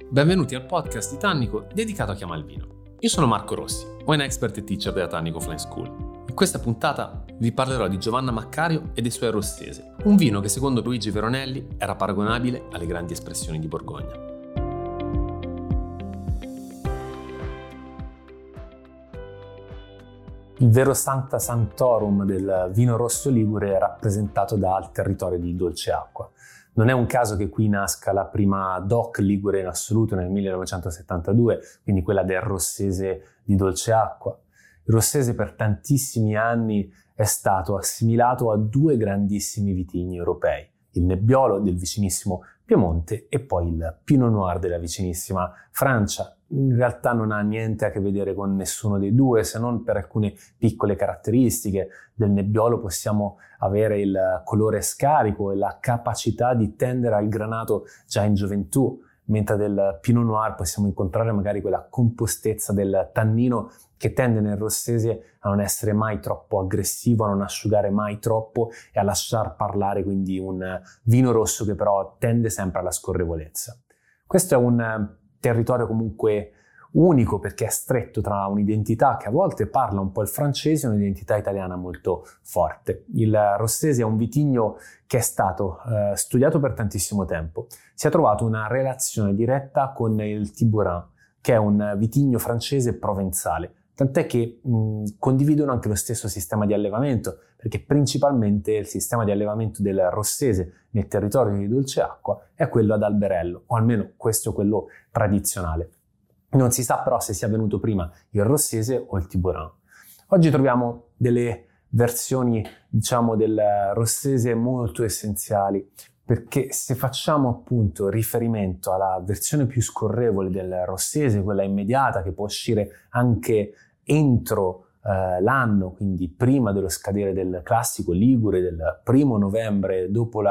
Benvenuti al podcast di Tannico dedicato a chi ama il vino. Io sono Marco Rossi, wine expert e teacher della Tannico Flying School. In questa puntata vi parlerò di Giovanna Maccario e dei suoi Rossese, un vino che secondo Luigi Veronelli era paragonabile alle grandi espressioni di Borgogna. Il vero sancta sanctorum del vino rosso ligure è rappresentato dal territorio di Dolceacqua. Non è un caso che qui nasca la prima DOC ligure in assoluto nel 1972, quindi quella del Rossese di Dolceacqua. Il Rossese per tantissimi anni è stato assimilato a due grandissimi vitigni europei, il Nebbiolo del vicinissimo Piemonte e poi il Pinot Noir della vicinissima Francia. In realtà non ha niente a che vedere con nessuno dei due, se non per alcune piccole caratteristiche. Del Nebbiolo possiamo avere il colore scarico e la capacità di tendere al granato già in gioventù, mentre del Pinot Noir possiamo incontrare magari quella compostezza del tannino che tende nel Rossese a non essere mai troppo aggressivo, a non asciugare mai troppo e a lasciar parlare quindi un vino rosso che però tende sempre alla scorrevolezza. Questo è un territorio comunque unico perché è stretto tra un'identità che a volte parla un po' il francese e un'identità italiana molto forte. Il Rossese è un vitigno che è stato studiato per tantissimo tempo. Si è trovato una relazione diretta con il Thibourtin, che è un vitigno francese provenzale, tant'è che condividono anche lo stesso sistema di allevamento, perché principalmente il sistema di allevamento del Rossese nel territorio di Dolceacqua è quello ad alberello, o almeno questo è quello tradizionale. Non si sa però se sia venuto prima il Rossese o il Thibourtin. Oggi troviamo delle versioni, del Rossese molto essenziali, perché se facciamo appunto riferimento alla versione più scorrevole del Rossese, quella immediata che può uscire anche entro l'anno, quindi prima dello scadere del classico ligure, del 1° novembre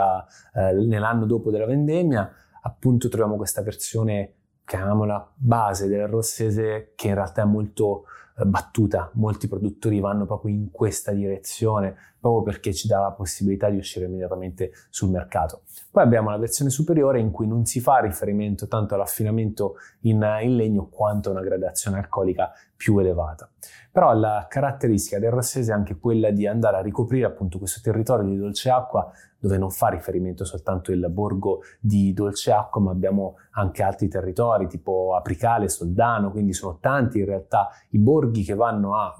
nell'anno dopo della vendemmia, appunto troviamo questa versione, chiamiamola base del Rossese, che in realtà è molto battuta. Molti produttori vanno proprio in questa direzione proprio perché ci dà la possibilità di uscire immediatamente sul mercato. Poi abbiamo la versione superiore in cui non si fa riferimento tanto all'affinamento in legno quanto a una gradazione alcolica più elevata. Però la caratteristica del Rossese è anche quella di andare a ricoprire appunto questo territorio di Dolceacqua, dove non fa riferimento soltanto il borgo di Dolceacqua, ma abbiamo anche altri territori tipo Apricale, Soldano, quindi sono tanti in realtà i borghi che vanno a,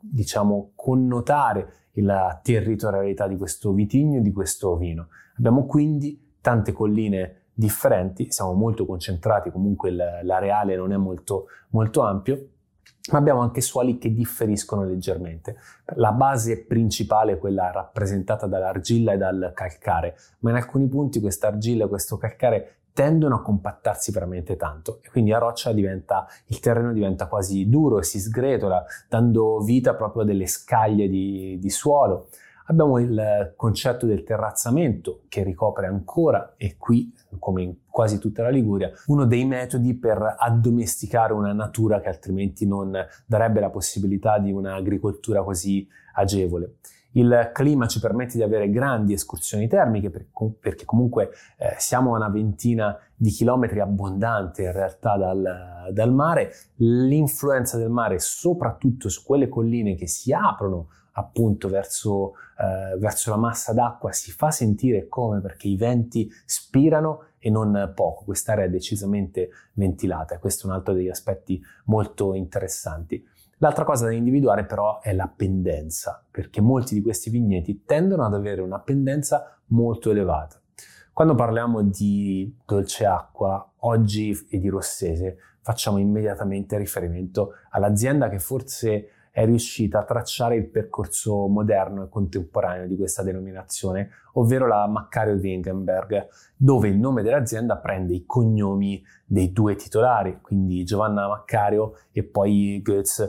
connotare la territorialità di questo vitigno e di questo vino. Abbiamo quindi tante colline differenti, siamo molto concentrati, comunque l'areale non è molto, molto ampio, ma abbiamo anche suoli che differiscono leggermente. La base principale è quella rappresentata dall'argilla e dal calcare, ma in alcuni punti questa argilla e questo calcare tendono a compattarsi veramente tanto e quindi a roccia il terreno diventa quasi duro e si sgretola, dando vita proprio a delle scaglie di suolo. Abbiamo il concetto del terrazzamento che ricopre ancora, e qui, come in quasi tutta la Liguria, uno dei metodi per addomesticare una natura che altrimenti non darebbe la possibilità di un'agricoltura così agevole. Il clima ci permette di avere grandi escursioni termiche perché comunque siamo a una ventina di chilometri abbondante in realtà dal mare. L'influenza del mare soprattutto su quelle colline che si aprono appunto verso la massa d'acqua si fa sentire come, perché i venti spirano e non poco. Quest'area è decisamente ventilata e questo è un altro degli aspetti molto interessanti. L'altra cosa da individuare però è la pendenza, perché molti di questi vigneti tendono ad avere una pendenza molto elevata. Quando parliamo di Dolceacqua oggi e di Rossese facciamo immediatamente riferimento all'azienda che forse è riuscita a tracciare il percorso moderno e contemporaneo di questa denominazione, ovvero la Maccario Dringenberg, dove il nome dell'azienda prende i cognomi dei due titolari, quindi Giovanna Maccario e poi Götz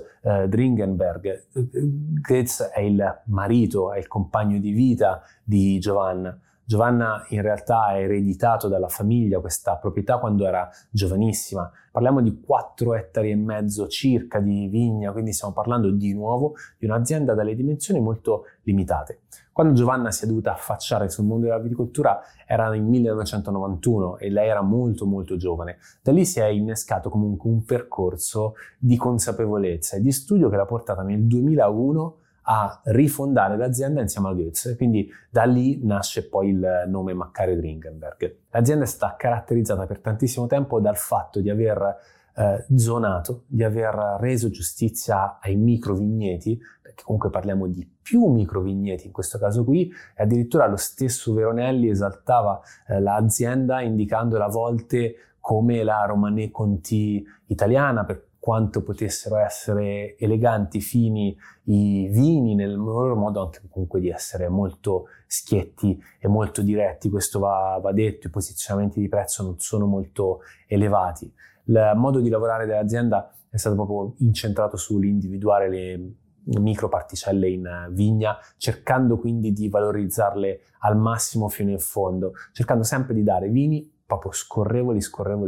Dringenberg. Götz è il marito, è il compagno di vita di Giovanna. Giovanna in realtà ha ereditato dalla famiglia questa proprietà quando era giovanissima. Parliamo di 4,5 ettari circa di vigna, quindi stiamo parlando di nuovo di un'azienda dalle dimensioni molto limitate. Quando Giovanna si è dovuta affacciare sul mondo dell'agricoltura era nel 1991 e lei era molto molto giovane. Da lì si è innescato comunque un percorso di consapevolezza e di studio che l'ha portata nel 2001 a rifondare l'azienda insieme a Goetz, quindi da lì nasce poi il nome Maccari-Dringenberg. L'azienda è stata caratterizzata per tantissimo tempo dal fatto di aver zonato, di aver reso giustizia ai microvigneti, perché comunque parliamo di più microvigneti in questo caso qui, e addirittura lo stesso Veronelli esaltava l'azienda indicandola a volte come la Romanée Conti italiana, per quanto potessero essere eleganti, fini i vini nel loro modo anche comunque di essere molto schietti e molto diretti. Questo va detto, i posizionamenti di prezzo non sono molto elevati. Il modo di lavorare dell'azienda è stato proprio incentrato sull'individuare le microparticelle in vigna, cercando quindi di valorizzarle al massimo fino in fondo, cercando sempre di dare vini proprio scorrevoli.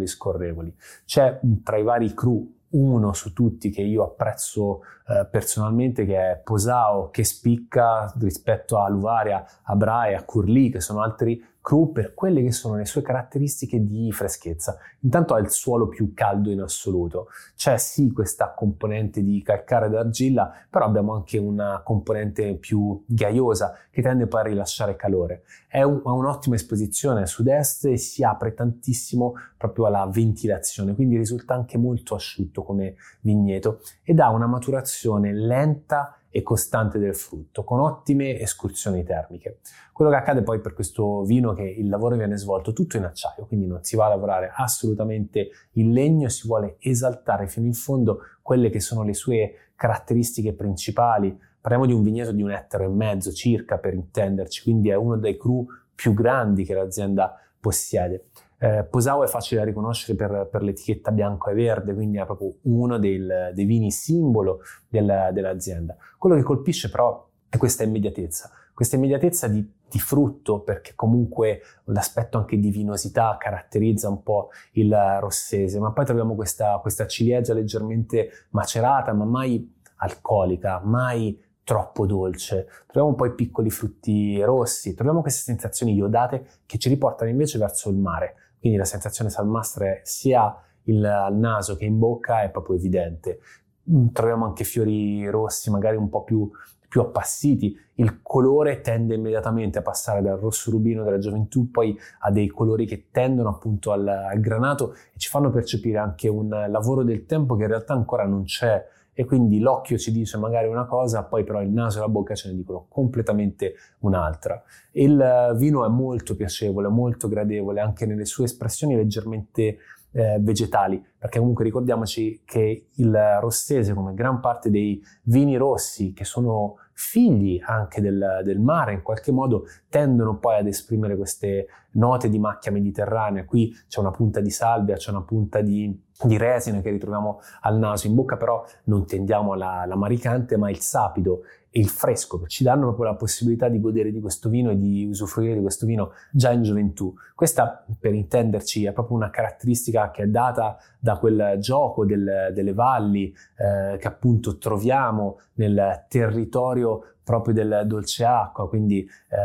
C'è tra i vari cru uno su tutti che io apprezzo personalmente, che è Posao, che spicca rispetto a Luvaria, a Brae, a Curlì, che sono altri cru per quelle che sono le sue caratteristiche di freschezza. Intanto ha il suolo più caldo in assoluto, c'è sì questa componente di calcare d'argilla, però abbiamo anche una componente più ghiaiosa che tende poi a rilasciare calore. Ha un'ottima esposizione a sud-est e si apre tantissimo proprio alla ventilazione, quindi risulta anche molto asciutto come vigneto ed ha una maturazione lenta e costante del frutto, con ottime escursioni termiche. Quello che accade poi per questo vino è che il lavoro viene svolto tutto in acciaio, quindi non si va a lavorare assolutamente in legno, si vuole esaltare fino in fondo quelle che sono le sue caratteristiche principali. Parliamo di un vigneto di 1,5 ettari circa, per intenderci, quindi è uno dei cru più grandi che l'azienda possiede. Posao è facile da riconoscere per l'etichetta bianco e verde, quindi è proprio uno dei vini simbolo dell'azienda. Quello che colpisce però è questa immediatezza di frutto, perché comunque l'aspetto anche di vinosità caratterizza un po' il rossese, ma poi troviamo questa ciliegia leggermente macerata, ma mai alcolica, mai troppo dolce. Troviamo poi piccoli frutti rossi, troviamo queste sensazioni iodate che ci riportano invece verso il mare. Quindi la sensazione salmastra sia al naso che in bocca è proprio evidente. Troviamo anche fiori rossi, magari un po' più appassiti. Il colore tende immediatamente a passare dal rosso rubino della gioventù poi a dei colori che tendono appunto al granato e ci fanno percepire anche un lavoro del tempo che in realtà ancora non c'è, e quindi l'occhio ci dice magari una cosa, poi però il naso e la bocca ce ne dicono completamente un'altra. Il vino è molto piacevole, molto gradevole, anche nelle sue espressioni leggermente vegetali, perché comunque ricordiamoci che il rossese, come gran parte dei vini rossi che sono figli anche del mare, in qualche modo tendono poi ad esprimere queste note di macchia mediterranea. Qui c'è una punta di salvia, c'è una punta di resina che ritroviamo al naso. In bocca però non tendiamo alla maricante, ma il sapido e il fresco, che ci danno proprio la possibilità di godere di questo vino e di usufruire di questo vino già in gioventù. Questa, per intenderci, è proprio una caratteristica che è data da quel gioco delle valli che appunto troviamo nel territorio proprio del dolce acqua, quindi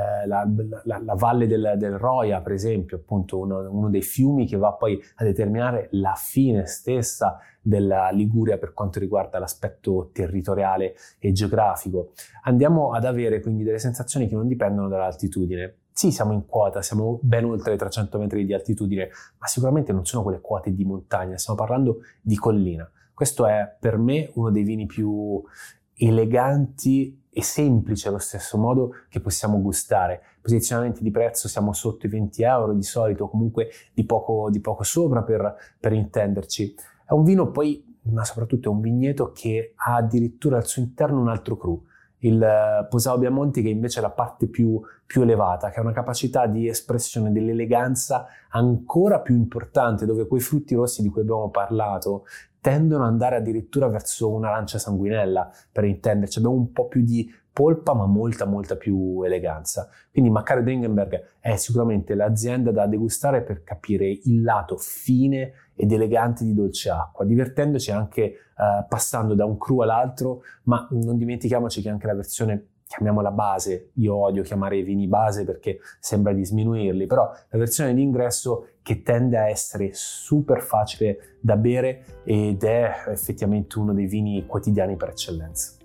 la valle del Roia, per esempio, appunto uno dei fiumi che va poi a determinare la fine stessa della Liguria per quanto riguarda l'aspetto territoriale e geografico. Andiamo ad avere quindi delle sensazioni che non dipendono dall'altitudine. Sì, siamo in quota, siamo ben oltre i 300 metri di altitudine, ma sicuramente non sono quelle quote di montagna, stiamo parlando di collina. Questo è per me uno dei vini più eleganti e semplici allo stesso modo che possiamo gustare. Posizionamenti di prezzo siamo sotto i 20 euro di solito, comunque di poco sopra per intenderci. È un vino poi, ma soprattutto è un vigneto che ha addirittura al suo interno un altro cru, il Posao Biamonti, che invece è la parte più elevata, che ha una capacità di espressione dell'eleganza ancora più importante, dove quei frutti rossi di cui abbiamo parlato tendono ad andare addirittura verso un'arancia sanguinella, per intenderci. Abbiamo un po' più di polpa ma molta più eleganza. Quindi Macario Dringenberg è sicuramente l'azienda da degustare per capire il lato fine ed elegante di Dolce Acqua, divertendoci anche passando da un cru all'altro, ma non dimentichiamoci che anche la versione, chiamiamola base, io odio chiamare i vini base perché sembra di sminuirli, però la versione di ingresso che tende a essere super facile da bere ed è effettivamente uno dei vini quotidiani per eccellenza.